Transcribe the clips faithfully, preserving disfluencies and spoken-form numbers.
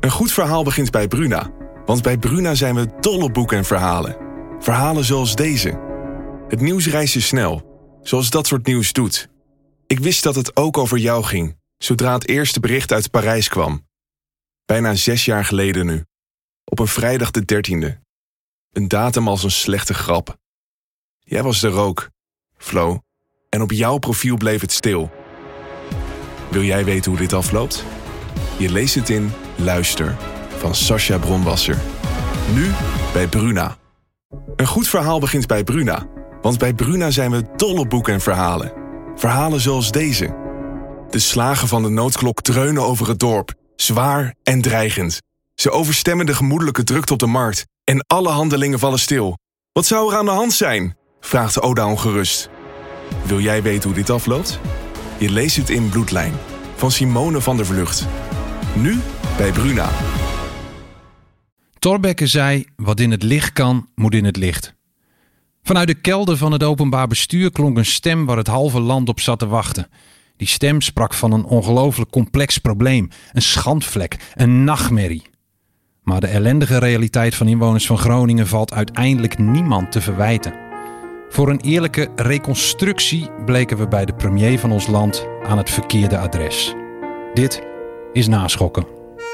Een goed verhaal begint bij Bruna. Want bij Bruna zijn we dol op boeken en verhalen. Verhalen zoals deze. Het nieuws reist je snel, zoals dat soort nieuws doet. Ik wist dat het ook over jou ging, zodra het eerste bericht uit Parijs kwam. Bijna zes jaar geleden nu. Op een vrijdag de dertiende. Een datum als een slechte grap. Jij was er ook, Flo. En op jouw profiel bleef het stil. Wil jij weten hoe dit afloopt? Je leest het in Luister van Sascha Bronwasser. Nu bij Bruna. Een goed verhaal begint bij Bruna. Want bij Bruna zijn we dol op boeken en verhalen. Verhalen zoals deze. De slagen van de noodklok dreunen over het dorp. Zwaar en dreigend. Ze overstemmen de gemoedelijke drukte op de markt. En alle handelingen vallen stil. Wat zou er aan de hand zijn? Vraagt Oda ongerust. Wil jij weten hoe dit afloopt? Je leest het in Bloedlijn van Simone van der Vlucht. Nu bij Bruna. Thorbecke zei, wat in het licht kan, moet in het licht. Vanuit de kelder van het openbaar bestuur klonk een stem waar het halve land op zat te wachten. Die stem sprak van een ongelooflijk complex probleem, een schandvlek, een nachtmerrie. Maar de ellendige realiteit van inwoners van Groningen valt uiteindelijk niemand te verwijten. Voor een eerlijke reconstructie bleken we bij de premier van ons land aan het verkeerde adres. Dit is Naschokken.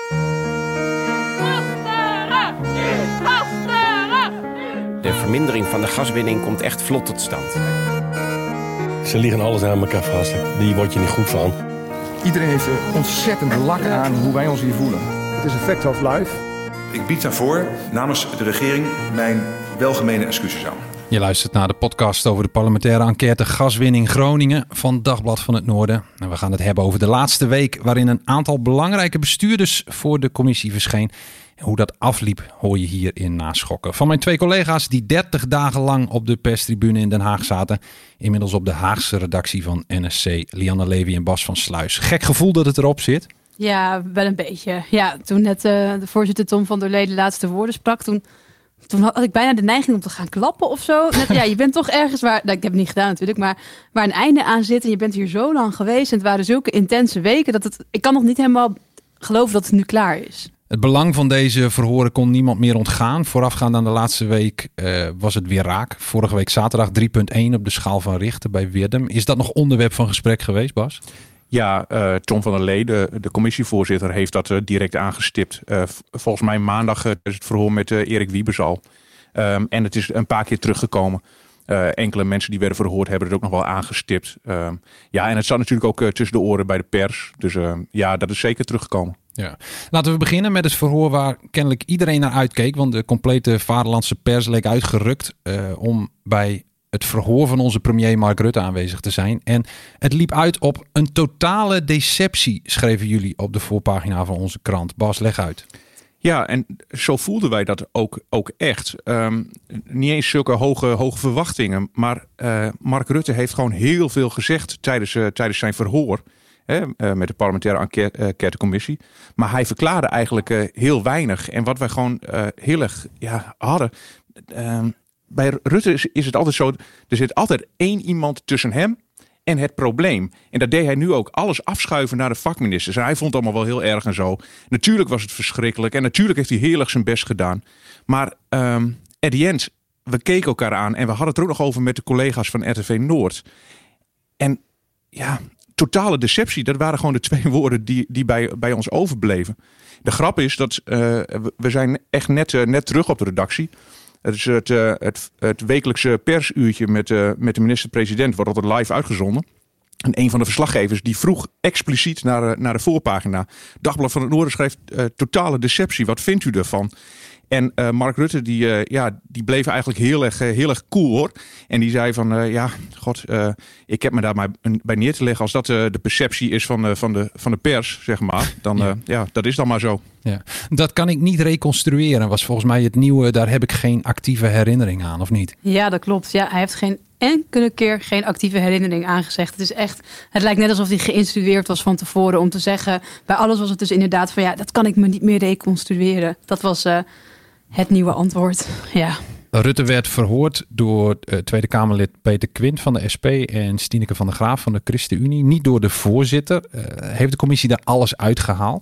De vermindering van de gaswinning komt echt vlot tot stand. Ze liggen alles aan elkaar vast. Die word je niet goed van. Iedereen heeft er ontzettend lak aan hoe wij ons hier voelen. Het is een fact of life. Ik bied daarvoor namens de regering mijn welgemene excuses aan. Je luistert naar de podcast over de parlementaire enquête gaswinning Groningen van Dagblad van het Noorden. En we gaan het hebben over de laatste week waarin een aantal belangrijke bestuurders voor de commissie verscheen. En hoe dat afliep hoor je hier in Naschokken. Van mijn twee collega's die dertig dagen lang op de perstribune in Den Haag zaten. Inmiddels op de Haagse redactie van N S C, Lianne Levy en Bas van Sluis. Gek gevoel dat het erop zit. Ja, wel een beetje. Ja, toen net uh, de voorzitter Tom van der Lee de laatste woorden sprak, toen... Toen had ik bijna de neiging om te gaan klappen of zo. Net, ja, je bent toch ergens waar... Nou, ik heb het niet gedaan natuurlijk, maar waar een einde aan zit. En je bent hier zo lang geweest. En het waren zulke intense weken dat het... Ik kan nog niet helemaal geloven dat het nu klaar is. Het belang van deze verhoren kon niemand meer ontgaan. Voorafgaand aan de laatste week uh, was het weer raak. Vorige week zaterdag drie punt één op de schaal van Richter bij Wirdum. Is dat nog onderwerp van gesprek geweest, Bas? Ja, uh, Tom van der Lee, de, de commissievoorzitter, heeft dat uh, direct aangestipt. Uh, volgens mij maandag uh, is het verhoor met uh, Erik Wiebes al. Um, en het is een paar keer teruggekomen. Uh, enkele mensen die werden verhoord hebben het ook nog wel aangestipt. Uh, ja, en het zat natuurlijk ook uh, tussen de oren bij de pers. Dus uh, ja, dat is zeker teruggekomen. Ja. Laten we beginnen met het verhoor waar kennelijk iedereen naar uitkeek. Want de complete vaderlandse pers leek uitgerukt uh, om bij het verhoor van onze premier Mark Rutte aanwezig te zijn. En het liep uit op een totale deceptie, schreven jullie op de voorpagina van onze krant. Bas, leg uit. Ja, en zo voelden wij dat ook, ook echt. Um, niet eens zulke hoge, hoge verwachtingen. Maar uh, Mark Rutte heeft gewoon heel veel gezegd tijdens, uh, tijdens zijn verhoor. Hè, uh, met de parlementaire enquêtecommissie. Maar hij verklaarde eigenlijk uh, heel weinig. En wat wij gewoon uh, heel erg ja, hadden... Uh, bij Rutte is, is het altijd zo, er zit altijd één iemand tussen hem en het probleem. En dat deed hij nu ook, alles afschuiven naar de vakministers. En hij vond het allemaal wel heel erg en zo. Natuurlijk was het verschrikkelijk en natuurlijk heeft hij heel erg zijn best gedaan. Maar um, at the end, we keken elkaar aan en we hadden het er ook nog over met de collega's van R T V Noord. En ja, totale deceptie, dat waren gewoon de twee woorden die, die bij, bij ons overbleven. De grap is dat uh, we zijn echt net, uh, net terug op de redactie. Het is het, uh, het, het wekelijkse persuurtje met, uh, met de minister-president, wordt altijd live uitgezonden. En een van de verslaggevers die vroeg expliciet naar, uh, naar de voorpagina. Dagblad van het Noorden schreef uh, totale deceptie. Wat vindt u ervan? En uh, Mark Rutte die, uh, ja, die bleef eigenlijk heel erg, uh, heel erg cool hoor. En die zei van uh, ja, god, uh, ik heb me daar maar bij neer te leggen. Als dat uh, de perceptie is van, uh, van, de, van de pers, zeg maar. Dan ja. Uh, ja, dat is dan maar zo. Ja. Dat kan ik niet reconstrueren. Was volgens mij het nieuwe, daar heb ik geen actieve herinnering aan, of niet? Ja, dat klopt. Ja, hij heeft geen enkele keer geen actieve herinnering aangezegd. Het is echt, het lijkt net alsof hij geïnstrueerd was van tevoren om te zeggen. Bij alles was het dus inderdaad van ja, dat kan ik me niet meer reconstrueren. Dat was uh, het nieuwe antwoord. Ja. Rutte werd verhoord door uh, Tweede Kamerlid Peter Quint van de S P en Stineke van der Graaf van de ChristenUnie. Niet door de voorzitter. Uh, heeft de commissie daar alles uitgehaald?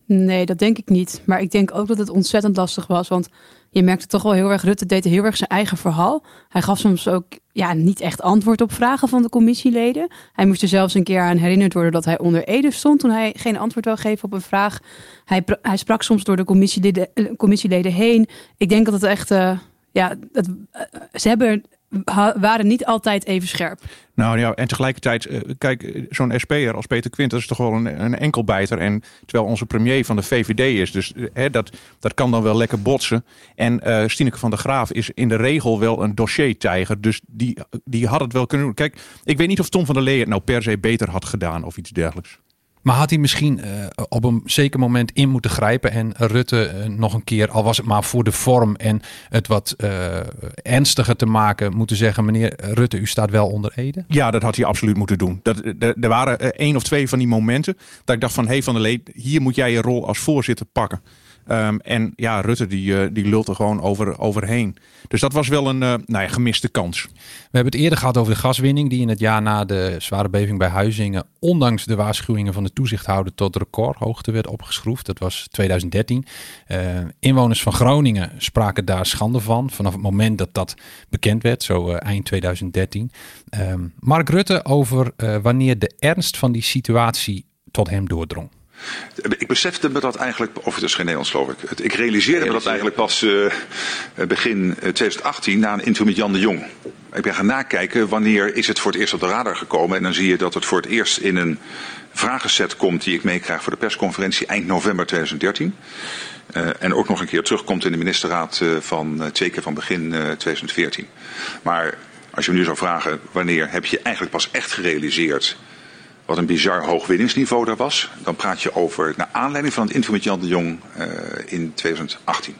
Nee, dat denk ik niet. Maar ik denk ook dat het ontzettend lastig was. Want je merkte toch wel heel erg, Rutte deed heel erg zijn eigen verhaal. Hij gaf soms ook ja, niet echt antwoord op vragen van de commissieleden. Hij moest er zelfs een keer aan herinnerd worden dat hij onder ede stond toen hij geen antwoord wou geven op een vraag. Hij, hij sprak soms door de commissieleden, commissieleden heen. Ik denk dat het echt, uh, ja, het, uh, ze hebben, waren niet altijd even scherp. Nou ja, en tegelijkertijd, kijk, zo'n S P'er als Peter Quint, dat is toch wel een, een enkelbijter. En terwijl onze premier van de V V D is, dus hè, dat, dat kan dan wel lekker botsen. En uh, Stineke van der Graaf is in de regel wel een dossiertijger, dus die, die had het wel kunnen doen. Kijk, ik weet niet of Tom van der Lee het nou per se beter had gedaan of iets dergelijks. Maar had hij misschien uh, op een zeker moment in moeten grijpen en Rutte uh, nog een keer, al was het maar voor de vorm en het wat uh, ernstiger te maken, moeten zeggen, meneer Rutte, u staat wel onder ede? Ja, dat had hij absoluut moeten doen. Dat, er, er waren uh, één of twee van die momenten dat ik dacht van, hé hey Van der Lee, hier moet jij je rol als voorzitter pakken. Um, en ja, Rutte die, uh, die lult er gewoon over, overheen. Dus dat was wel een uh, nou ja, gemiste kans. We hebben het eerder gehad over de gaswinning die in het jaar na de zware beving bij Huizingen, ondanks de waarschuwingen van de toezichthouder, tot recordhoogte werd opgeschroefd. Dat was twintig dertien. Uh, inwoners van Groningen spraken daar schande van vanaf het moment dat dat bekend werd, zo uh, eind twintig dertien. Uh, Mark Rutte over uh, wanneer de ernst van die situatie tot hem doordrong. Ik besefte me dat eigenlijk, of het is geen Nederlands geloof ik. Ik realiseerde me dat eigenlijk pas uh, begin twintig achttien na een interview met Jan de Jong. Ik ben gaan nakijken wanneer is het voor het eerst op de radar gekomen. En dan zie je dat het voor het eerst in een vragenset komt die ik meekrijg voor de persconferentie eind november twintig dertien. Uh, en ook nog een keer terugkomt in de ministerraad uh, van uh, twee keer van begin uh, twintig veertien. Maar als je me nu zou vragen wanneer heb je eigenlijk pas echt gerealiseerd wat een bizar hoog winningsniveau daar was, dan praat je over naar aanleiding van het interview met Jan de Jong uh, in twintig achttien.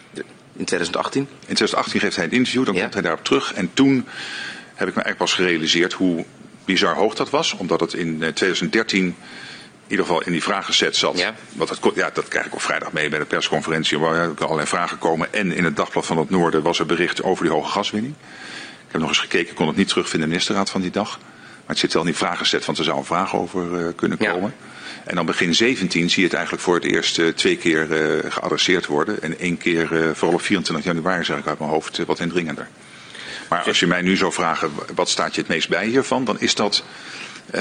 In twintig achttien? In twintig achttien geeft hij een interview, dan ja. komt hij daarop terug. En toen heb ik me eigenlijk pas gerealiseerd hoe bizar hoog dat was, omdat het in uh, twintig dertien in ieder geval in die vragenset zat. Ja. Want dat, ja, dat krijg ik op vrijdag mee bij de persconferentie, waar er allerlei vragen komen. En in het Dagblad van het Noorden was er bericht over die hoge gaswinning. Ik heb nog eens gekeken, ik kon het niet terugvinden in de ministerraad van die dag. Maar het zit wel in die vragenset, want er zou een vraag over uh, kunnen komen. Ja. En dan begin zeventien zie je het eigenlijk voor het eerst uh, twee keer uh, geadresseerd worden. En één keer, uh, vooral op vierentwintig januari, zeg ik uit mijn hoofd, uh, wat indringender. Maar als je mij nu zou vragen, wat staat je het meest bij hiervan? Dan is dat uh,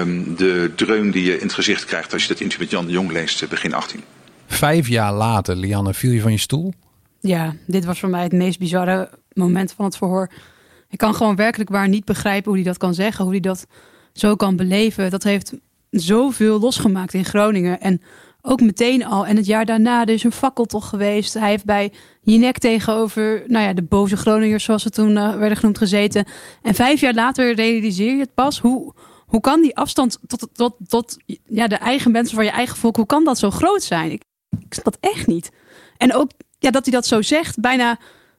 de dreun die je in het gezicht krijgt als je dat interview met Jan de Jong leest, uh, begin achttien. Vijf jaar later, Lianne, viel je van je stoel? Ja, dit was voor mij het meest bizarre moment van het verhoor. Ik kan gewoon werkelijk waar niet begrijpen hoe hij dat kan zeggen, hoe hij dat zo kan beleven. Dat heeft zoveel losgemaakt in Groningen. En ook meteen al. En het jaar daarna, er is een fakkeltocht geweest. Hij heeft bij Jinek tegenover, nou ja, de boze Groningers, zoals ze toen uh, werden genoemd, gezeten. En vijf jaar later realiseer je het pas. Hoe, hoe kan die afstand tot, tot, tot ja, de eigen mensen van je eigen volk, hoe kan dat zo groot zijn? Ik, ik snap dat echt niet. En ook ja, dat hij dat zo zegt, bijna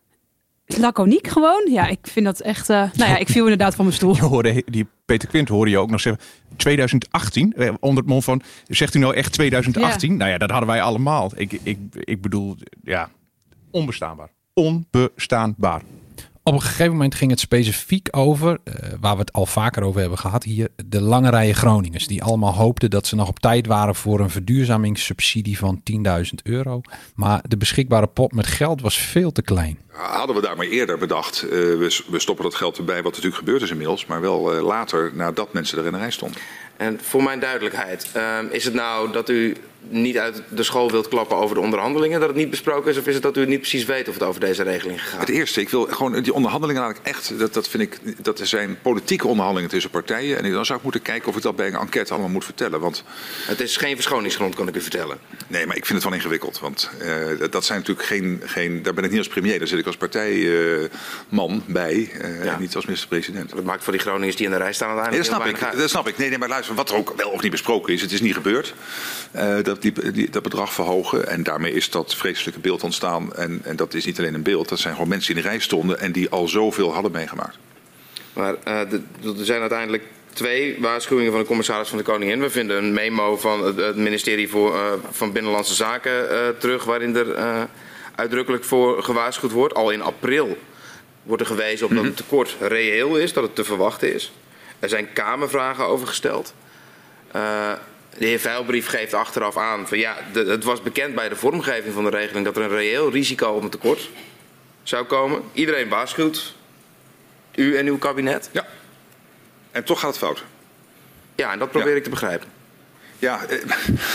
laconiek gewoon. Ja, ik vind dat echt... Uh, nou ja, ik viel inderdaad van mijn stoel. Je hoorde, die Peter Quint hoorde je ook nog zeggen, twintig achttien, onder het mond van, zegt u nou echt twintig achttien? Ja. Nou ja, dat hadden wij allemaal. Ik, ik, ik bedoel, ja, onbestaanbaar. Onbestaanbaar. Op een gegeven moment ging het specifiek over, uh, waar we het al vaker over hebben gehad hier, de lange rijen Groningers. Die allemaal hoopten dat ze nog op tijd waren voor een verduurzamingssubsidie van tienduizend euro. Maar de beschikbare pot met geld was veel te klein. Hadden we daar maar eerder bedacht, uh, we, we stoppen dat geld erbij, wat natuurlijk gebeurd is inmiddels. Maar wel uh, later, nadat mensen er in de rij stonden. En voor mijn duidelijkheid, uh, is het nou dat u niet uit de school wilt klappen over de onderhandelingen, dat het niet besproken is, of is het dat u niet precies weet of het over deze regeling gegaan is? Het eerste, ik wil gewoon die onderhandelingen eigenlijk echt, dat, dat vind ik, dat er zijn politieke onderhandelingen tussen partijen. En dan zou ik moeten kijken of ik dat bij een enquête allemaal moet vertellen. Want het is geen verschoningsgrond, kan ik u vertellen. Nee, maar ik vind het wel ingewikkeld. Want uh, dat, dat zijn natuurlijk geen, geen, daar ben ik niet als premier, daar zit ik als partijman uh, bij, uh, ja. niet als minister-president. Dat maakt voor die Groningers die in de rij staan uiteindelijk nee, dat snap ik, dat snap ik. Nee, nee, maar luister, wat er ook wel of niet besproken is, het is niet gebeurd. Uh, dat Die, die, dat bedrag verhogen. En daarmee is dat vreselijke beeld ontstaan. En, en dat is niet alleen een beeld. Dat zijn gewoon mensen die in de rij stonden en die al zoveel hadden meegemaakt. Maar uh, de, er zijn uiteindelijk twee waarschuwingen van de commissaris van de Koningin. We vinden een memo van het, het ministerie voor, uh, van Binnenlandse Zaken uh, terug, waarin er uh, uitdrukkelijk voor gewaarschuwd wordt. Al in april wordt er gewezen op dat het tekort reëel is, dat het te verwachten is. Er zijn Kamervragen over gesteld. Uh, De heer Veilbrief geeft achteraf aan van ja, de, het was bekend bij de vormgeving van de regeling dat er een reëel risico op een tekort zou komen. Iedereen waarschuwt. U en uw kabinet. Ja. En toch gaat het fout. Ja, en dat probeer ja. ik te begrijpen. Ja, eh,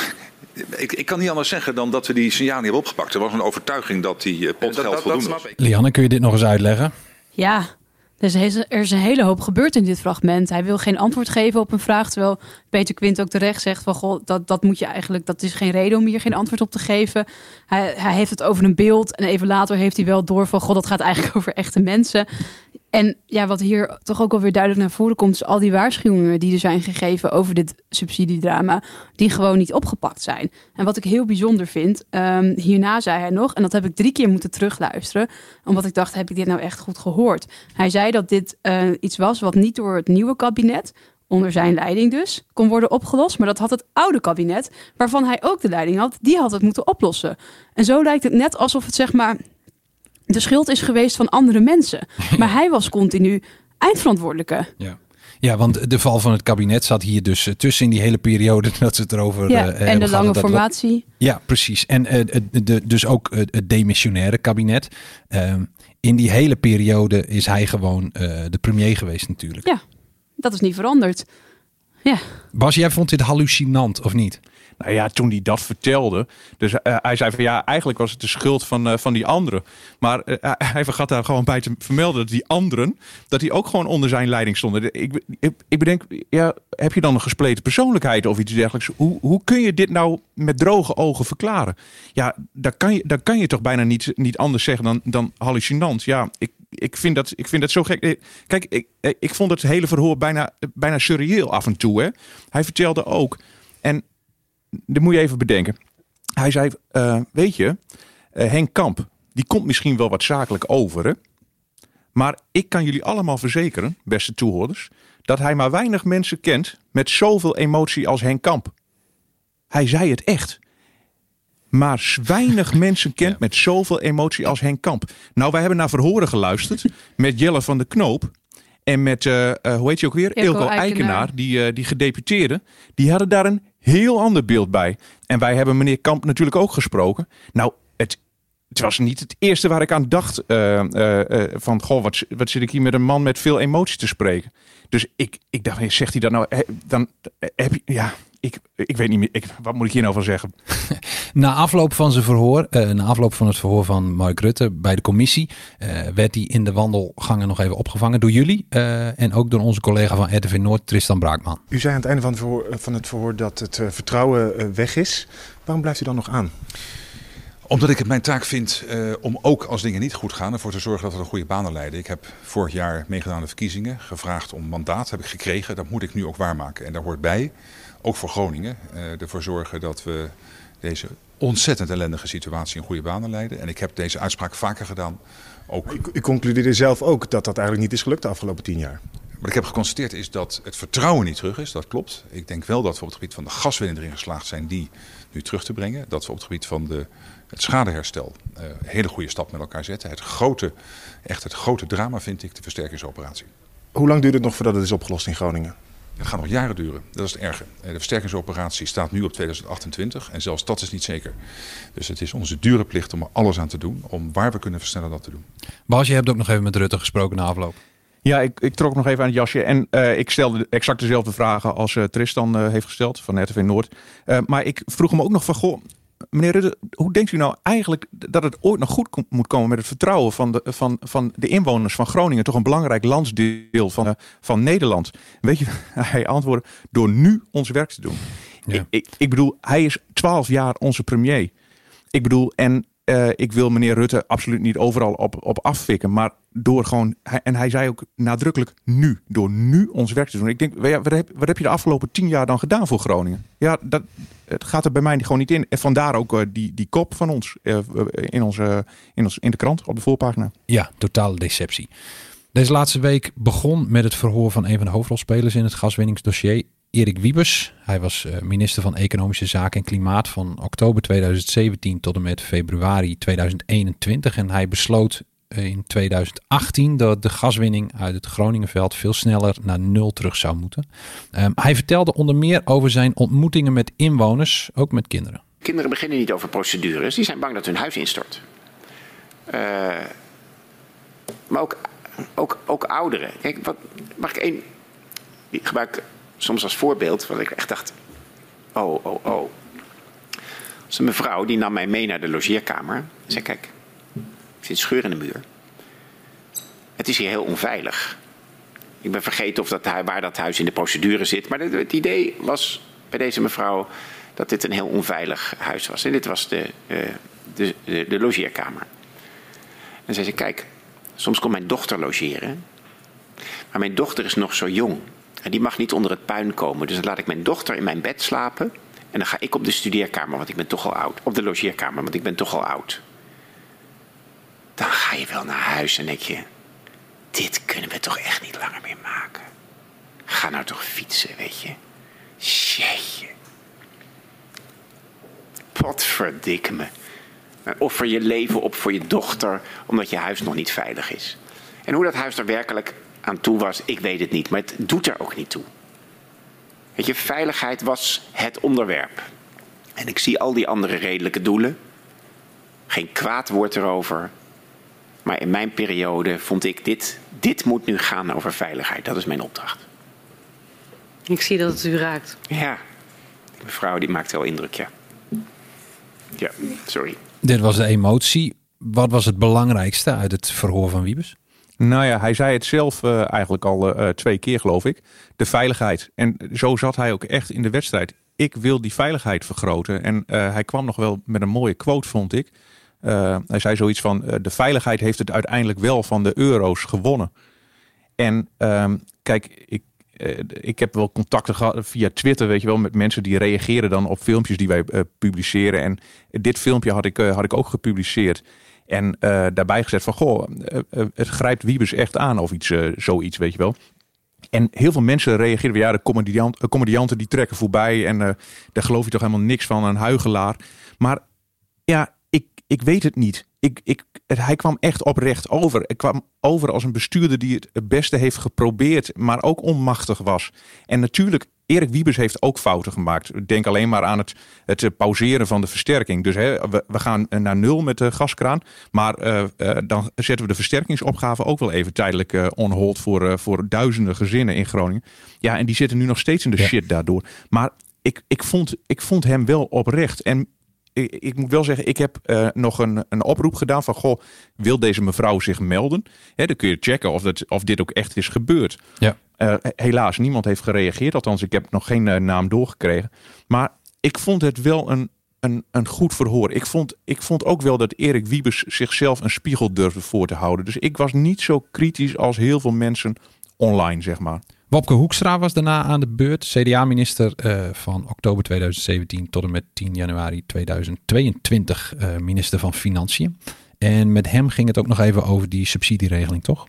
ik, ik kan niet anders zeggen dan dat we die signalen hebben opgepakt. Er was een overtuiging dat die uh, pot geld voldoende was. Lianne, kun je dit nog eens uitleggen? Ja, er is, er is een hele hoop gebeurd in dit fragment. Hij wil geen antwoord geven op een vraag, terwijl Peter Quint ook terecht zegt van goh, dat, dat moet je eigenlijk, dat is geen reden om hier geen antwoord op te geven. Hij, hij heeft het over een beeld en even later heeft hij wel door van goh, dat gaat eigenlijk over echte mensen. En ja, wat hier toch ook alweer duidelijk naar voren komt, is al die waarschuwingen die er zijn gegeven over dit subsidiedrama, die gewoon niet opgepakt zijn. En wat ik heel bijzonder vind, um, hierna zei hij nog, en dat heb ik drie keer moeten terugluisteren, omdat ik dacht, heb ik dit nou echt goed gehoord? Hij zei dat dit uh, iets was wat niet door het nieuwe kabinet, onder zijn leiding dus, kon worden opgelost. Maar dat had het oude kabinet, waarvan hij ook de leiding had, die had het moeten oplossen. En zo lijkt het net alsof het zeg maar de schuld is geweest van andere mensen. Maar hij was continu eindverantwoordelijke. Ja. Ja, want de val van het kabinet zat hier dus uh, tussen in die hele periode dat ze het erover ja, uh, en de lange dat formatie. Lo- ja, precies. En uh, de, de, dus ook uh, het demissionaire kabinet. Uh, in die hele periode is hij gewoon uh, de premier geweest natuurlijk. Ja, dat is niet veranderd. Ja. Bas, jij vond dit hallucinant, of niet? Nou ja, toen hij dat vertelde. Dus uh, hij zei van ja, eigenlijk was het de schuld van, uh, van die anderen. Maar uh, hij vergat daar gewoon bij te vermelden dat die anderen, dat die ook gewoon onder zijn leiding stonden. Ik, ik, ik bedenk, ja, heb je dan een gespleten persoonlijkheid of iets dergelijks? Hoe, hoe kun je dit nou met droge ogen verklaren? Ja, daar kan je, daar kan je toch bijna niet, niet anders zeggen dan, dan hallucinant. Ja, ik, ik, vind dat, ik vind dat zo gek. Kijk, ik, ik vond het hele verhoor bijna, bijna surreëel af en toe. Hè? Hij vertelde ook, en dat moet je even bedenken. Hij zei, uh, weet je, uh, Henk Kamp, die komt misschien wel wat zakelijk over. Hè? Maar ik kan jullie allemaal verzekeren, beste toehoorders, dat hij maar weinig mensen kent met zoveel emotie als Henk Kamp. Hij zei het echt. Maar weinig mensen kent ja. met zoveel emotie als Henk Kamp. Nou, wij hebben naar verhoren geluisterd met Jelle van der Knoop. En met, uh, uh, hoe heet je ook weer? Eelco Eelco Eikenaar, Eikenaar die, uh, die gedeputeerde. Die hadden daar een heel ander beeld bij. En wij hebben meneer Kamp natuurlijk ook gesproken. Nou, het, het was niet het eerste waar ik aan dacht. Uh, uh, uh, van, goh, wat, wat zit ik hier met een man met veel emotie te spreken. Dus ik, ik dacht, zegt hij dat nou? He, dan heb je, ja... Ik, ik weet niet meer, ik, wat moet ik hier nou van zeggen? Na afloop van zijn verhoor, uh, na afloop van het verhoor van Mark Rutte bij de commissie, uh, werd hij in de wandelgangen nog even opgevangen door jullie uh, en ook door onze collega van R T V Noord, Tristan Braakman. U zei aan het einde van het verhoor, van het verhoor dat het uh, vertrouwen uh, weg is. Waarom blijft u dan nog aan? Omdat ik het mijn taak vind uh, om ook als dingen niet goed gaan ervoor te zorgen dat we de goede banen leiden. Ik heb vorig jaar meegedaan aan de verkiezingen, gevraagd om mandaat, heb ik gekregen. Dat moet ik nu ook waarmaken. En daar hoort bij, ook voor Groningen, uh, ervoor zorgen dat we deze ontzettend ellendige situatie in goede banen leiden. En ik heb deze uitspraak vaker gedaan. Ook... U, u concludeerde zelf ook dat dat eigenlijk niet is gelukt de afgelopen tien jaar. Wat ik heb geconstateerd is dat het vertrouwen niet terug is. Dat klopt. Ik denk wel dat we op het gebied van de gaswinning erin geslaagd zijn die nu terug te brengen. Dat we op het gebied van de, het schadeherstel uh, een hele goede stap met elkaar zetten. Het grote, echt het grote drama vind ik de versterkingsoperatie. Hoe lang duurt het nog voordat het is opgelost in Groningen? Het gaat nog jaren duren. Dat is het erge. De versterkingsoperatie staat nu op tweeduizend achtentwintig en zelfs dat is niet zeker. Dus het is onze dure plicht om er alles aan te doen om waar we kunnen versnellen dat te doen. Bas, je hebt ook nog even met Rutte gesproken na afloop. Ja, ik, ik trok nog even aan het jasje en uh, ik stelde exact dezelfde vragen als uh, Tristan uh, heeft gesteld van R T V Noord. Uh, maar ik vroeg hem ook nog van, goh, meneer Rutte, hoe denkt u nou eigenlijk dat het ooit nog goed kom, moet komen met het vertrouwen van de, van, van de inwoners van Groningen, toch een belangrijk landsdeel van, uh, van Nederland? Weet je, hij antwoordde, door nu ons werk te doen. Ja. Ik, ik, ik bedoel, hij is twaalf jaar onze premier. Ik bedoel, en uh, ik wil meneer Rutte absoluut niet overal op, op afvikken, maar door gewoon, en hij zei ook nadrukkelijk nu, door nu ons werk te doen. Ik denk, wat heb, wat heb je de afgelopen tien jaar dan gedaan voor Groningen? Ja, dat, het gaat er bij mij gewoon niet in. En vandaar ook uh, die, die kop van ons, uh, in, onze, in, ons in de krant, op de voorpagina. Ja, totale deceptie. Deze laatste week begon met het verhoor van een van de hoofdrolspelers in het gaswinningsdossier, Erik Wiebes. Hij was uh, minister van Economische Zaken en Klimaat van oktober tweeduizend zeventien tot en met februari tweeduizend eenentwintig. En hij besloot in tweeduizend achttien dat de gaswinning uit het Groningenveld veel sneller naar nul terug zou moeten. Um, hij vertelde onder meer over zijn ontmoetingen met inwoners, ook met kinderen. Kinderen beginnen niet over procedures, die zijn bang dat hun huis instort. Uh, maar ook, ook, ook ouderen. Kijk, wat, mag ik één... Die gebruik soms als voorbeeld, wat ik echt dacht... Oh, oh, oh. Dus een mevrouw die nam mij mee naar de logeerkamer. En zei, kijk, ik zie een scheur in de muur. Het is hier heel onveilig. Ik ben vergeten of dat, waar dat huis in de procedure zit. Maar het idee was bij deze mevrouw dat dit een heel onveilig huis was. En dit was de, de, de, de logeerkamer. En zij zei, kijk, soms komt mijn dochter logeren. Maar mijn dochter is nog zo jong. En die mag niet onder het puin komen. Dus dan laat ik mijn dochter in mijn bed slapen. En dan ga ik op de studeerkamer, want ik ben toch al oud. Op de logeerkamer, want ik ben toch al oud. Dan ga je wel naar huis en denk je... Dit kunnen we toch echt niet langer meer maken. Ga nou toch fietsen, weet je. Jeetje. Potverdikke me. Offer je leven op voor je dochter, omdat je huis nog niet veilig is. En hoe dat huis er werkelijk aan toe was, ik weet het niet. Maar het doet er ook niet toe. Weet je, veiligheid was het onderwerp. En ik zie al die andere redelijke doelen. Geen kwaad woord erover. Maar in mijn periode vond ik dit, dit moet nu gaan over veiligheid. Dat is mijn opdracht. Ik zie dat het u raakt. Ja, die mevrouw die maakt wel indruk, ja. Ja, sorry. Dit was de emotie. Wat was het belangrijkste uit het verhoor van Wiebes? Nou ja, hij zei het zelf uh, eigenlijk al uh, twee keer, geloof ik. De veiligheid. En zo zat hij ook echt in de wedstrijd. Ik wil die veiligheid vergroten. En uh, hij kwam nog wel met een mooie quote, vond ik. Uh, hij zei zoiets van, uh, de veiligheid heeft het uiteindelijk wel van de euro's gewonnen. En um, kijk, ik, uh, ik heb wel contacten gehad via Twitter, weet je wel, met mensen die reageren dan op filmpjes die wij uh, publiceren. En dit filmpje had ik, uh, had ik ook gepubliceerd. En uh, daarbij gezet van, goh, uh, uh, het grijpt Wiebes echt aan of iets, uh, zoiets, weet je wel. En heel veel mensen reageren, ja, de comediant, uh, comedianten die trekken voorbij en uh, daar geloof je toch helemaal niks van, een huichelaar. Maar ja, ik, ik weet het niet. Ik, ik, het, hij kwam echt oprecht over. Hij kwam over als een bestuurder die het het beste heeft geprobeerd, maar ook onmachtig was. En natuurlijk, Erik Wiebes heeft ook fouten gemaakt. Denk alleen maar aan het, het pauzeren van de versterking. Dus hè, we, we gaan naar nul met de gaskraan. Maar uh, uh, dan zetten we de versterkingsopgave ook wel even tijdelijk uh, on hold voor, uh, voor duizenden gezinnen in Groningen. Ja, en die zitten nu nog steeds in de ja. shit daardoor. Maar ik, ik, vond, ik vond hem wel oprecht. En ik, ik moet wel zeggen, ik heb uh, nog een, een oproep gedaan van, goh, wil deze mevrouw zich melden? Hè, dan kun je checken of, dat, of dit ook echt is gebeurd. Ja. Uh, helaas, niemand heeft gereageerd. Althans, ik heb nog geen uh, naam doorgekregen. Maar ik vond het wel een, een, een goed verhoor. Ik vond, ik vond ook wel dat Erik Wiebes zichzelf een spiegel durfde voor te houden. Dus ik was niet zo kritisch als heel veel mensen online, zeg maar. Wopke Hoekstra was daarna aan de beurt. C D A-minister uh, van oktober tweeduizend zeventien tot en met tien januari tweeduizend tweeëntwintig uh, minister van Financiën. En met hem ging het ook nog even over die subsidieregeling, toch?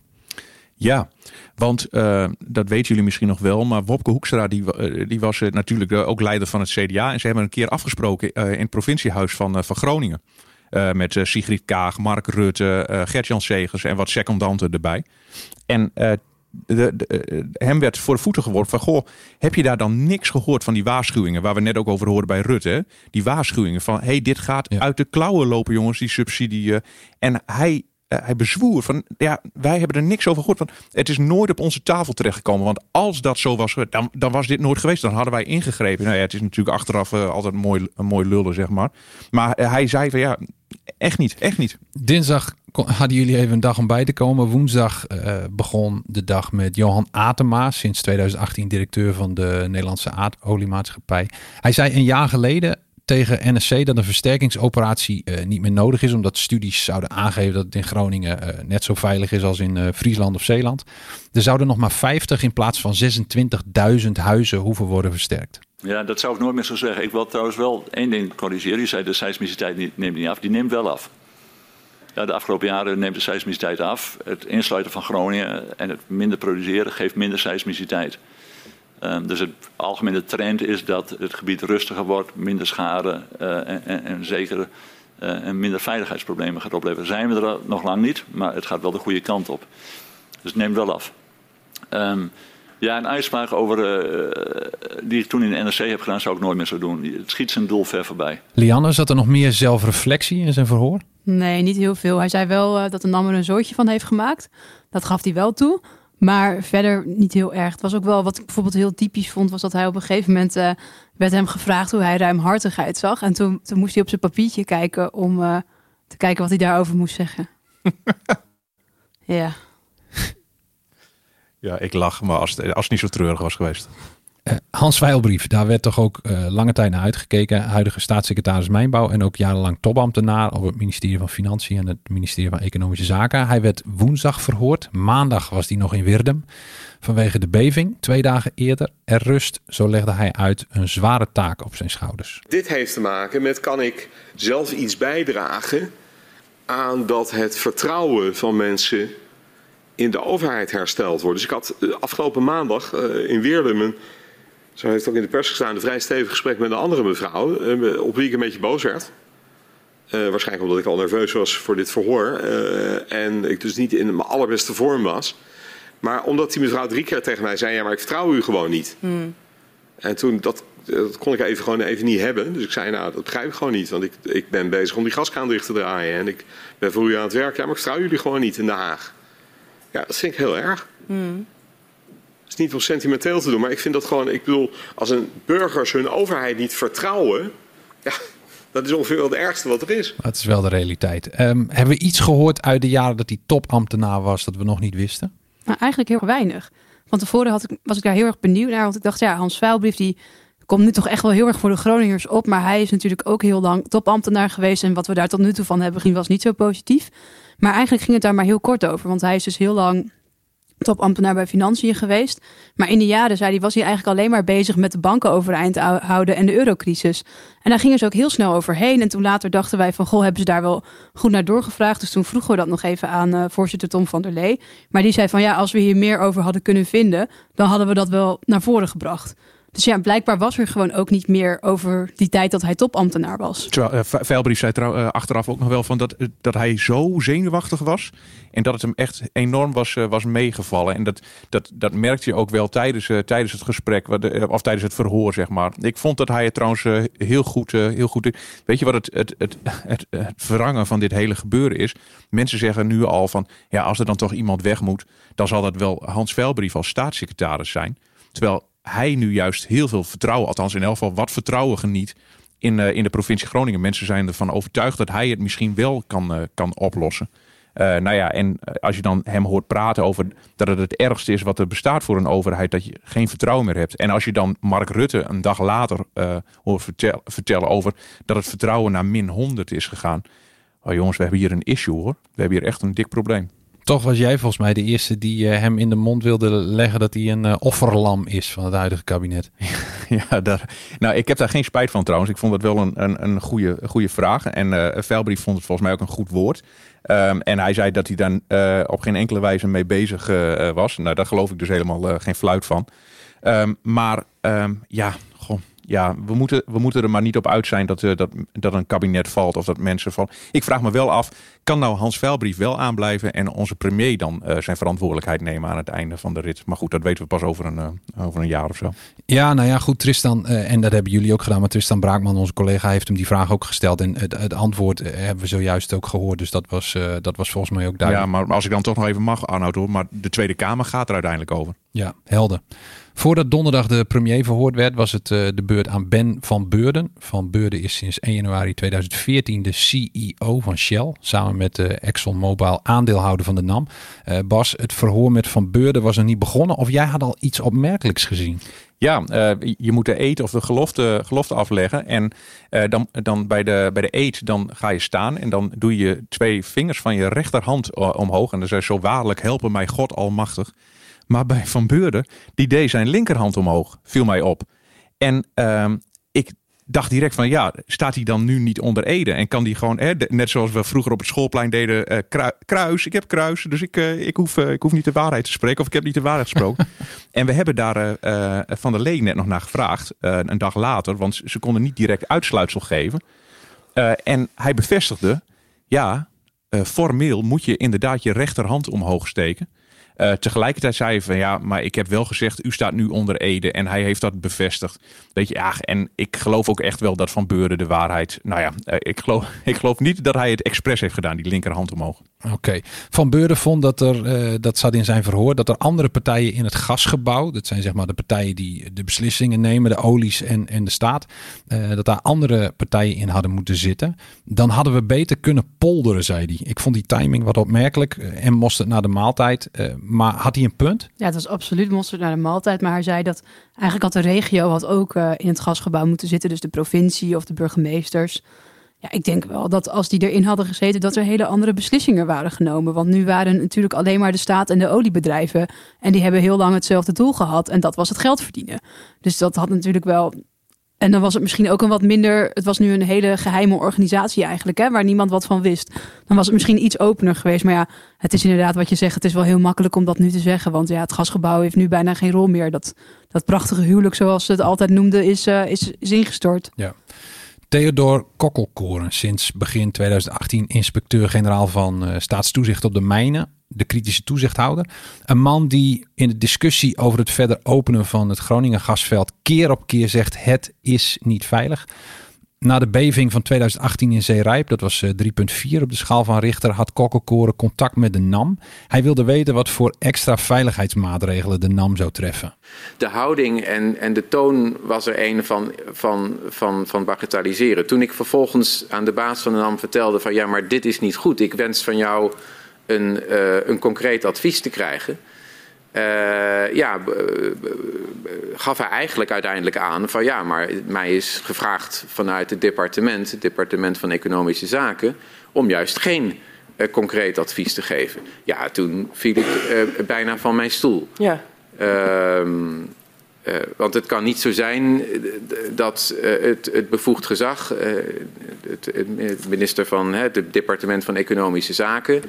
Ja, want uh, dat weten jullie misschien nog wel, maar Wopke Hoekstra die, uh, die was uh, natuurlijk uh, ook leider van het C D A. En ze hebben een keer afgesproken uh, in het provinciehuis van, uh, van Groningen. Uh, met uh, Sigrid Kaag, Mark Rutte, uh, Gert-Jan Segers en wat secondanten erbij. En uh, de, de, uh, hem werd voor de voeten geworpen van, goh, heb je daar dan niks gehoord van die waarschuwingen, waar we net ook over hoorden bij Rutte. Hè? Die waarschuwingen van, hey, dit gaat ja. uit de klauwen lopen, jongens, die subsidie. Uh, en hij... Uh, hij bezwoer van, ja, wij hebben er niks over gehoord. Want het is nooit op onze tafel terechtgekomen. Want als dat zo was, dan, dan was dit nooit geweest. Dan hadden wij ingegrepen. Nou ja, het is natuurlijk achteraf uh, altijd mooi, een mooi lullen, zeg maar. Maar uh, hij zei van, ja, echt niet, echt niet. Dinsdag hadden jullie even een dag om bij te komen. Woensdag uh, begon de dag met Johan Atema, sinds tweeduizend achttien directeur van de Nederlandse aardoliemaatschappij. Hij zei een jaar geleden tegen N S C dat een versterkingsoperatie uh, niet meer nodig is, omdat studies zouden aangeven dat het in Groningen uh, net zo veilig is als in uh, Friesland of Zeeland. Er zouden nog maar vijftig in plaats van zesentwintigduizend huizen hoeven worden versterkt. Ja, dat zou ik nooit meer zo zeggen. Ik wil trouwens wel één ding corrigeren. Je zei de seismiciteit niet, neemt niet af. Die neemt wel af. Ja, de afgelopen jaren neemt de seismiciteit af. Het insluiten van Groningen en het minder produceren geeft minder seismiciteit. Um, dus het algemene trend is dat het gebied rustiger wordt, minder schade uh, en, en, en zeker uh, en minder veiligheidsproblemen gaat opleveren. Zijn we er nog lang niet, maar het gaat wel de goede kant op. Dus het neemt wel af. Um, ja, een uitspraak over uh, die ik toen in de N R C heb gedaan, zou ik nooit meer zo doen. Het schiet zijn doel ver voorbij. Lianne, zat er nog meer zelfreflectie in zijn verhoor? Nee, niet heel veel. Hij zei wel uh, dat de NAM er een zootje van heeft gemaakt. Dat gaf hij wel toe. Maar verder niet heel erg. Het was ook wel wat ik bijvoorbeeld heel typisch vond, was dat hij op een gegeven moment uh, werd hem gevraagd hoe hij ruimhartigheid zag. En toen, toen moest hij op zijn papiertje kijken om uh, te kijken wat hij daarover moest zeggen. Ja. Ja, ik lach, maar als het, als het niet zo treurig was geweest. Uh, Hans Veilbrief, daar werd toch ook uh, lange tijd naar uitgekeken. Huidige staatssecretaris Mijnbouw en ook jarenlang topambtenaar op het ministerie van Financiën en het ministerie van Economische Zaken. Hij werd woensdag verhoord. Maandag was hij nog in Wirdum vanwege de beving. Twee dagen eerder. Er rust, zo legde hij uit, een zware taak op zijn schouders. Dit heeft te maken met, kan ik zelf iets bijdragen aan dat het vertrouwen van mensen in de overheid hersteld wordt. Dus ik had afgelopen maandag uh, in Wirdum een, zo heeft ook in de pers gestaan, een vrij stevig gesprek met een andere mevrouw, uh, op wie ik een beetje boos werd. Uh, waarschijnlijk omdat ik al nerveus was voor dit verhoor uh, en ik dus niet in mijn allerbeste vorm was. Maar omdat die mevrouw drie keer tegen mij zei, ja, maar ik vertrouw u gewoon niet. Hmm. En toen, dat, dat kon ik even gewoon even niet hebben. Dus ik zei, nou, dat begrijp ik gewoon niet. Want ik, ik ben bezig om die gaskraan dicht te draaien. En ik ben voor u aan het werk. Ja, maar ik vertrouw jullie gewoon niet in Den Haag. Ja, dat vind ik heel erg. Hmm. Het is niet om sentimenteel te doen, maar ik vind dat gewoon, ik bedoel, als een burgers hun overheid niet vertrouwen, ja, dat is ongeveer wel het ergste wat er is. Dat is wel de realiteit. Um, hebben we iets gehoord uit de jaren dat hij topambtenaar was dat we nog niet wisten? Nou, eigenlijk heel weinig. Van tevoren had ik, was ik daar heel erg benieuwd naar, want ik dacht, ja, Hans Veilbrief die komt nu toch echt wel heel erg voor de Groningers op, maar hij is natuurlijk ook heel lang topambtenaar geweest en wat we daar tot nu toe van hebben gezien was niet zo positief. Maar eigenlijk ging het daar maar heel kort over, want hij is dus heel lang topambtenaar bij Financiën geweest. Maar in de jaren, zei hij, was hij eigenlijk alleen maar bezig met de banken overeind houden en de eurocrisis. En daar gingen ze ook heel snel overheen. En toen later dachten wij van, goh, hebben ze daar wel goed naar doorgevraagd. Dus toen vroegen we dat nog even aan uh, voorzitter Tom van der Lee. Maar die zei van, ja, als we hier meer over hadden kunnen vinden, dan hadden we dat wel naar voren gebracht. Dus ja, blijkbaar was er gewoon ook niet meer over die tijd dat hij topambtenaar was. Terwijl uh, Veilbrief zei trouw, uh, achteraf ook nog wel van dat, uh, dat hij zo zenuwachtig was. En dat het hem echt enorm was, uh, was meegevallen. En dat, dat, dat merkte je ook wel tijdens, uh, tijdens het gesprek, uh, of tijdens het verhoor, zeg maar. Ik vond dat hij het trouwens uh, heel goed, uh, heel goed. Weet je wat het, het, het, het, het verrangen van dit hele gebeuren is? Mensen zeggen nu al van, ja, als er dan toch iemand weg moet, dan zal dat wel Hans Veilbrief als staatssecretaris zijn. Terwijl hij nu juist heel veel vertrouwen, althans in elk geval wat vertrouwen geniet in, uh, in de provincie Groningen. Mensen zijn ervan overtuigd dat hij het misschien wel kan, uh, kan oplossen. Uh, nou ja, en als je dan hem hoort praten over dat het het ergste is wat er bestaat voor een overheid, dat je geen vertrouwen meer hebt. En als je dan Mark Rutte een dag later uh, hoort vertel, vertellen over dat het vertrouwen naar min honderd is gegaan. Oh jongens, we hebben hier een issue hoor. We hebben hier echt een dik probleem. Toch was jij volgens mij de eerste die uh, hem in de mond wilde leggen dat hij een uh, offerlam is van het huidige kabinet. Ja, daar, nou, ik heb daar geen spijt van trouwens. Ik vond dat wel een, een, een goede, goede vraag. En uh, Veilbrief vond het volgens mij ook een goed woord. Um, en hij zei dat hij daar uh, op geen enkele wijze mee bezig uh, was. Nou, daar geloof ik dus helemaal uh, geen fluit van. Um, maar um, ja, goh. Ja, we moeten, we moeten er maar niet op uit zijn dat, uh, dat, dat een kabinet valt of dat mensen vallen. Ik vraag me wel af, kan nou Hans Veilbrief wel aanblijven en onze premier dan uh, zijn verantwoordelijkheid nemen aan het einde van de rit? Maar goed, dat weten we pas over een, uh, over een jaar of zo. Ja, nou ja, goed, Tristan, uh, en dat hebben jullie ook gedaan, maar Tristan Braakman, onze collega, heeft hem die vraag ook gesteld. En het, het antwoord uh, hebben we zojuist ook gehoord, dus dat was, uh, dat was volgens mij ook duidelijk. Ja, maar als ik dan toch nog even mag, Arnoud, hoor, maar de Tweede Kamer gaat er uiteindelijk over. Ja, helder. Voordat donderdag de premier verhoord werd, was het uh, de beurt aan Ben van Beurden. Van Beurden is sinds één januari tweeduizend veertien de C E O van Shell. Samen met de ExxonMobil aandeelhouder van de NAM. Uh, Bas, het verhoor met Van Beurden was er niet begonnen. Of jij had al iets opmerkelijks gezien? Ja, uh, je moet de eed of de gelofte, gelofte afleggen. En uh, dan, dan bij de, bij de eed dan ga je staan. En dan doe je twee vingers van je rechterhand omhoog. En dan zei zo waarlijk helpen mij God almachtig. Maar bij Van Beurden, die deed zijn linkerhand omhoog, viel mij op. En uh, ik dacht direct van, ja, staat hij dan nu niet onder ede? En kan die gewoon, hè, net zoals we vroeger op het schoolplein deden, uh, kru- kruis, ik heb kruis, dus ik, uh, ik, hoef, uh, ik hoef niet de waarheid te spreken. Of ik heb niet de waarheid gesproken. En we hebben daar uh, uh, Van der Lee net nog naar gevraagd, uh, een dag later. Want ze konden niet direct uitsluitsel geven. Uh, en hij bevestigde, ja, uh, formeel moet je inderdaad je rechterhand omhoog steken. Uh, tegelijkertijd zei hij van ja, maar ik heb wel gezegd, u staat nu onder ede. En hij heeft dat bevestigd. Weet je, ja, en ik geloof ook echt wel dat Van Beurden de waarheid... Nou ja, uh, ik, geloof, ik geloof niet dat hij het expres heeft gedaan, die linkerhand omhoog. Oké. Okay. Van Beurden vond dat er, uh, dat zat in zijn verhoor, dat er andere partijen in het gasgebouw, dat zijn zeg maar de partijen die de beslissingen nemen, de olies en, en de staat, uh, dat daar andere partijen in hadden moeten zitten. Dan hadden we beter kunnen polderen, zei hij. Ik vond die timing wat opmerkelijk uh, en mosterd naar de maaltijd. Uh, maar had hij een punt? Ja, het was absoluut mosterd naar de maaltijd, maar hij zei dat eigenlijk had de regio had ook uh, in het gasgebouw moeten zitten, dus de provincie of de burgemeesters. Ja, ik denk wel dat als die erin hadden gezeten, dat er hele andere beslissingen waren genomen. Want nu waren natuurlijk alleen maar de staat en de oliebedrijven. En die hebben heel lang hetzelfde doel gehad. En dat was het geld verdienen. Dus dat had natuurlijk wel... En dan was het misschien ook een wat minder... Het was nu een hele geheime organisatie eigenlijk, hè, waar niemand wat van wist. Dan was het misschien iets opener geweest. Maar ja, het is inderdaad wat je zegt. Het is wel heel makkelijk om dat nu te zeggen. Want ja, het gasgebouw heeft nu bijna geen rol meer. Dat, dat prachtige huwelijk, zoals ze het altijd noemden, is, uh, is, is ingestort. Ja. Theodor Kokkelkoren, sinds begin tweeduizend achttien inspecteur-generaal van uh, Staatstoezicht op de Mijnen, de kritische toezichthouder. Een man die in de discussie over het verder openen van het Groningen gasveld keer op keer zegt: het is niet veilig. Na de beving van tweeduizend achttien in Zeerijp, dat was uh, drie komma vier op de schaal van Richter, had Kokkelkoren contact met de N A M. Hij wilde weten wat voor extra veiligheidsmaatregelen de N A M zou treffen. De houding en, en de toon was er een van, van, van, van bagatelliseren. Toen ik vervolgens aan de baas van de N A M vertelde van ja, maar dit is niet goed. Ik wens van jou een, uh, een concreet advies te krijgen. Uh, ja, b- b- gaf hij eigenlijk uiteindelijk aan van ja, maar mij is gevraagd vanuit het departement, het departement van Economische Zaken, om juist geen uh, concreet advies te geven. Ja, toen viel ik uh, bijna van mijn stoel. Ja. Uh, uh, want het kan niet zo zijn dat uh, het, het bevoegd gezag, uh, het, het minister van uh, het departement van Economische Zaken,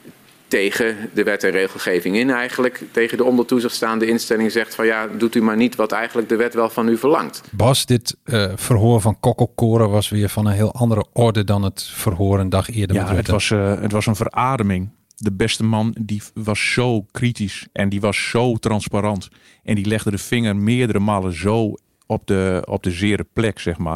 tegen de wet en regelgeving in eigenlijk, tegen de onder toezicht staande instelling zegt van ja, doet u maar niet wat eigenlijk de wet wel van u verlangt. Bas, dit uh, verhoor van Kokkelkoren was weer van een heel andere orde dan het verhoor een dag eerder. Ja, met het was, uh, het was een verademing. De beste man die was zo kritisch en die was zo transparant. En die legde de vinger meerdere malen zo op de, op de zere plek, zeg maar.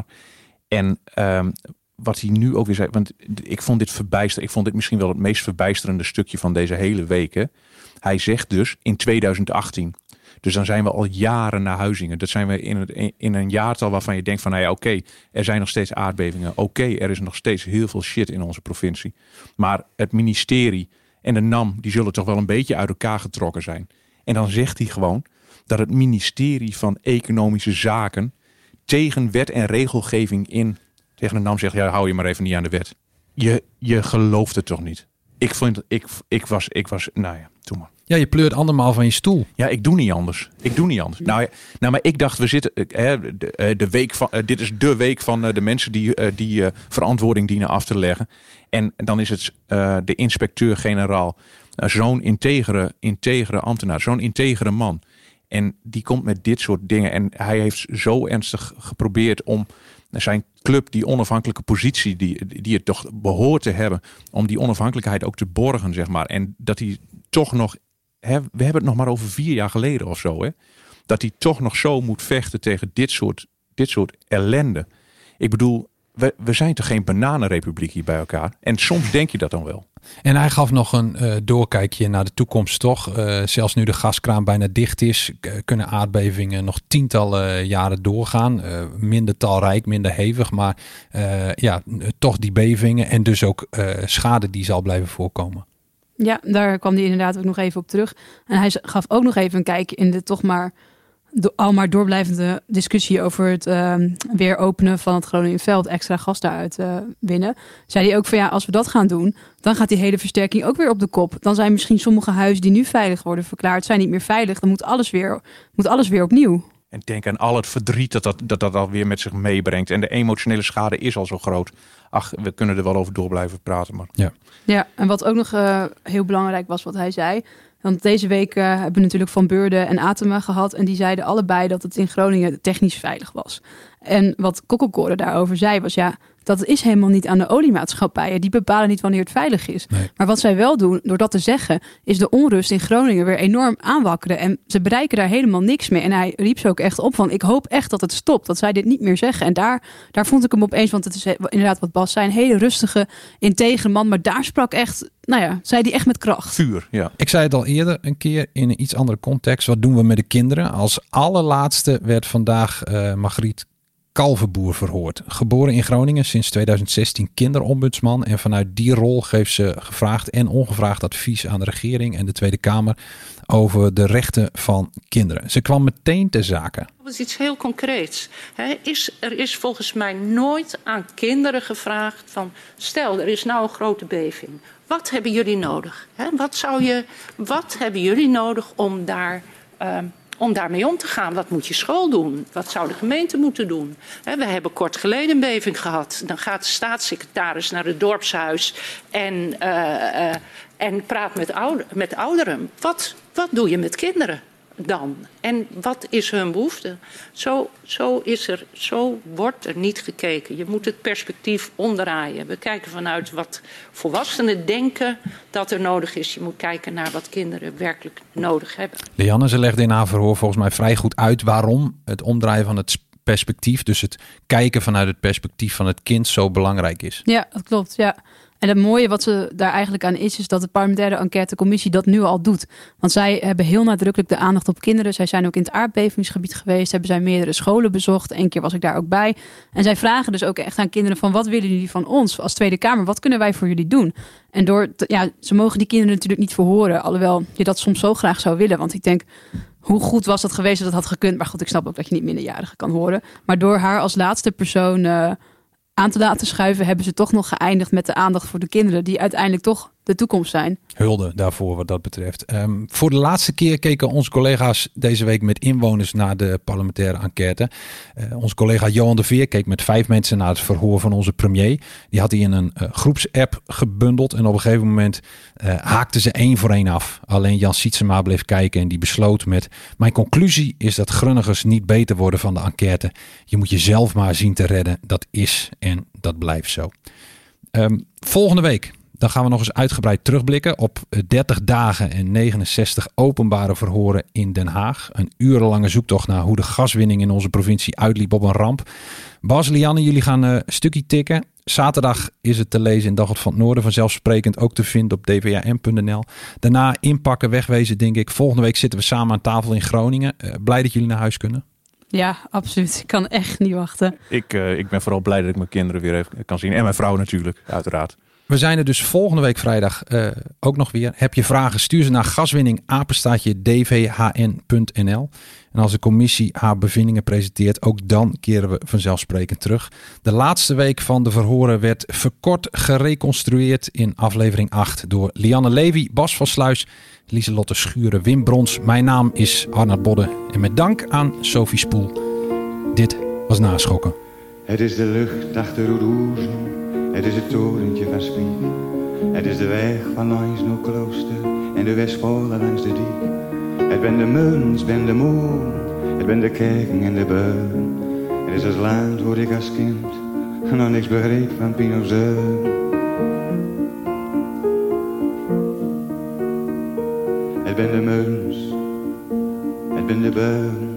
En um, wat hij nu ook weer zei, want ik vond dit verbijsterend. Ik vond dit misschien wel het meest verbijsterende stukje van deze hele week. Hè. Hij zegt dus in tweeduizend achttien. Dus dan zijn we al jaren naar Huizingen. Dat zijn we in, het, in een jaartal waarvan je denkt van nou ja, oké, okay, er zijn nog steeds aardbevingen. Oké, okay, er is nog steeds heel veel shit in onze provincie. Maar het ministerie en de N A M, die zullen toch wel een beetje uit elkaar getrokken zijn. En dan zegt hij gewoon dat het ministerie van Economische Zaken tegen wet en regelgeving in, tegen de N A M zegt, ja, hou je maar even niet aan de wet. Je, je gelooft het toch niet? Ik vond, ik, ik was, ik was, nou ja, doe maar. Ja, je pleurt andermaal van je stoel. Ja, ik doe niet anders. Ik doe niet anders. Nou, ja, nou maar ik dacht, we zitten, hè, de, de week van, dit is de week van de mensen die, die uh, verantwoording dienen af te leggen. En dan is het uh, de inspecteur-generaal, uh, zo'n integere, integere ambtenaar, zo'n integere man. En die komt met dit soort dingen. En hij heeft zo ernstig geprobeerd om zijn club, die onafhankelijke positie die, die het toch behoort te hebben, om die onafhankelijkheid ook te borgen, zeg maar. En dat hij toch nog, hè, we hebben het nog maar over vier jaar geleden of zo, hè, dat hij toch nog zo moet vechten tegen dit soort, dit soort ellende. Ik bedoel, we, we zijn toch geen bananenrepubliek hier bij elkaar? En soms denk je dat dan wel. En hij gaf nog een uh, doorkijkje naar de toekomst, toch? Uh, zelfs nu de gaskraan bijna dicht is, k- kunnen aardbevingen nog tientallen jaren doorgaan. Uh, minder talrijk, minder hevig, maar uh, ja, toch die bevingen en dus ook uh, schade die zal blijven voorkomen. Ja, daar kwam hij inderdaad ook nog even op terug. En hij gaf ook nog even een kijkje in de toch maar do- al maar doorblijvende discussie over het uh, weer openen van het Groningenveld, extra gas daaruit uh, winnen. Zei hij ook van ja, als we dat gaan doen, dan gaat die hele versterking ook weer op de kop. Dan zijn misschien sommige huizen die nu veilig worden verklaard, zijn niet meer veilig. Dan moet alles weer, moet alles weer opnieuw. En denk aan al het verdriet dat dat, dat dat alweer met zich meebrengt. En de emotionele schade is al zo groot. Ach, we kunnen er wel over door blijven praten. Maar. Ja. Ja, en wat ook nog uh, heel belangrijk was wat hij zei. Want deze week uh, hebben we natuurlijk Van Beurden en Atema gehad. En die zeiden allebei dat het in Groningen technisch veilig was. En wat Kokkelkoren daarover zei was ja, dat is helemaal niet aan de oliemaatschappijen. Die bepalen niet wanneer het veilig is. Nee. Maar wat zij wel doen, door dat te zeggen, is de onrust in Groningen weer enorm aanwakkeren. En ze bereiken daar helemaal niks mee. En hij riep ze ook echt op van, ik hoop echt dat het stopt. Dat zij dit niet meer zeggen. En daar, daar vond ik hem opeens, want het is inderdaad wat Bas zei, een hele rustige, integere man. Maar daar sprak echt, nou ja, zei hij echt met kracht. Vuur, ja. Ik zei het al eerder een keer in een iets andere context. Wat doen we met de kinderen? Als allerlaatste werd vandaag uh, Margriet Kalverboer verhoord. Geboren in Groningen, sinds tweeduizend zestien kinderombudsman. En vanuit die rol geeft ze gevraagd en ongevraagd advies aan de regering en de Tweede Kamer over de rechten van kinderen. Ze kwam meteen ter zake. Dat is iets heel concreets. He, is, er is volgens mij nooit aan kinderen gevraagd van, stel er is nou een grote beving. Wat hebben jullie nodig? He, wat, zou je, wat hebben jullie nodig om daar... Uh, Om daarmee om te gaan. Wat moet je school doen? Wat zou de gemeente moeten doen? He, we hebben kort geleden een beving gehad. Dan gaat de staatssecretaris naar het dorpshuis en, uh, uh, en praat met, ouder, met ouderen. Wat, wat doe je met kinderen dan? En wat is hun behoefte? Zo, zo, is er, zo wordt er niet gekeken. Je moet het perspectief omdraaien. We kijken vanuit wat volwassenen denken dat er nodig is. Je moet kijken naar wat kinderen werkelijk nodig hebben. Lianne, ze legde in haar verhoor volgens mij vrij goed uit waarom het omdraaien van het perspectief, dus het kijken vanuit het perspectief van het kind, zo belangrijk is. Ja, dat klopt. Ja. En het mooie wat ze daar eigenlijk aan is, is dat de parlementaire enquêtecommissie dat nu al doet. Want zij hebben heel nadrukkelijk de aandacht op kinderen. Zij zijn ook in het aardbevingsgebied geweest. Hebben zij meerdere scholen bezocht. Eén keer was ik daar ook bij. En zij vragen dus ook echt aan kinderen van, wat willen jullie van ons als Tweede Kamer? Wat kunnen wij voor jullie doen? En door, te, ja, ze mogen die kinderen natuurlijk niet verhoren. Alhoewel je dat soms zo graag zou willen. Want ik denk, hoe goed was dat geweest dat dat had gekund? Maar goed, ik snap ook dat je niet minderjarigen kan horen. Maar door haar als laatste persoon Uh, aan te laten schuiven, hebben ze toch nog geëindigd met de aandacht voor de kinderen, die uiteindelijk toch de toekomst zijn. Hulde daarvoor wat dat betreft. Um, voor de laatste keer keken onze collega's deze week met inwoners naar de parlementaire enquête. Uh, onze collega Johan de Veer keek met vijf mensen naar het verhoor van onze premier. Die had hij in een uh, groepsapp gebundeld en op een gegeven moment uh, haakten ze één voor één af. Alleen Jan Sietsema bleef kijken en die besloot met: mijn conclusie is dat Grunnigers niet beter worden van de enquête. Je moet jezelf maar zien te redden. Dat is en dat blijft zo. Um, volgende week dan gaan we nog eens uitgebreid terugblikken op dertig dagen en negenenzestig openbare verhoren in Den Haag. Een urenlange zoektocht naar hoe de gaswinning in onze provincie uitliep op een ramp. Bas, Lianne, jullie gaan een stukje tikken. Zaterdag is het te lezen in Dagblad van het Noorden. Vanzelfsprekend ook te vinden op d v a m punt n l. Daarna inpakken, wegwezen, denk ik. Volgende week zitten we samen aan tafel in Groningen. Uh, blij dat jullie naar huis kunnen. Ja, absoluut. Ik kan echt niet wachten. Ik, uh, ik ben vooral blij dat ik mijn kinderen weer even kan zien. En mijn vrouw natuurlijk, uiteraard. We zijn er dus volgende week vrijdag uh, ook nog weer. Heb je vragen, stuur ze naar gaswinning apenstaartje d v h n punt n l. En als de commissie haar bevindingen presenteert, ook dan keren we vanzelfsprekend terug. De laatste week van de verhoren werd verkort gereconstrueerd in aflevering acht door Lianne Levy, Bas van Sluis, Lieselotte Schuren, Wim Brons. Mijn naam is Arnoud Bodde en met dank aan Sophie Spoel. Dit was Naschokken. Het is de lucht achter Roeroezen. Het is het torentje van Spiek. Het is de weg van langs naar klooster en de Westpolen langs de diek. Het ben de meulens, ben de molen, het ben de kerken en de beuren. Het is het land waar ik als kind nog niks begreep van Pinochet. Het ben de meulens, het ben de beuren.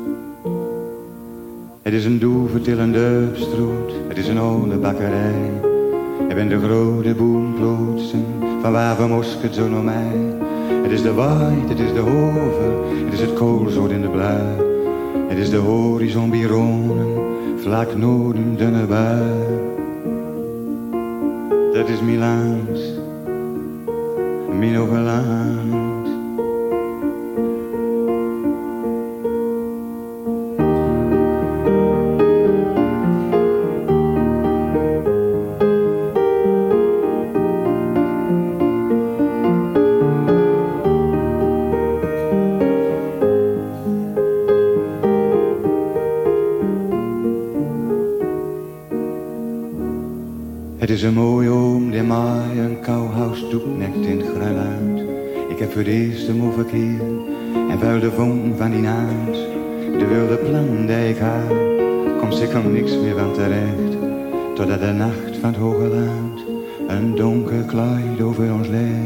Het is een doevertillende stroot, het is een oude bakkerij. Het ben de grote boomplotsen, van waar we mosket zo naar mij. Het is de waait, het is de hoven, het is het koolzoot in de blauw. Het is de horizon bironen, vlak noorden dunne bui. Dat is mijn land, mijn overland. Het is een mooie oom die mij een kouhuisdoek nekt in het Grunland. Ik heb voor het eerst hem overkeren en vuil de vonk van die naams. De wilde plan die ik had, komt zeker niks meer van terecht. totdat de nacht van het hoge land een donker kleid over ons legt.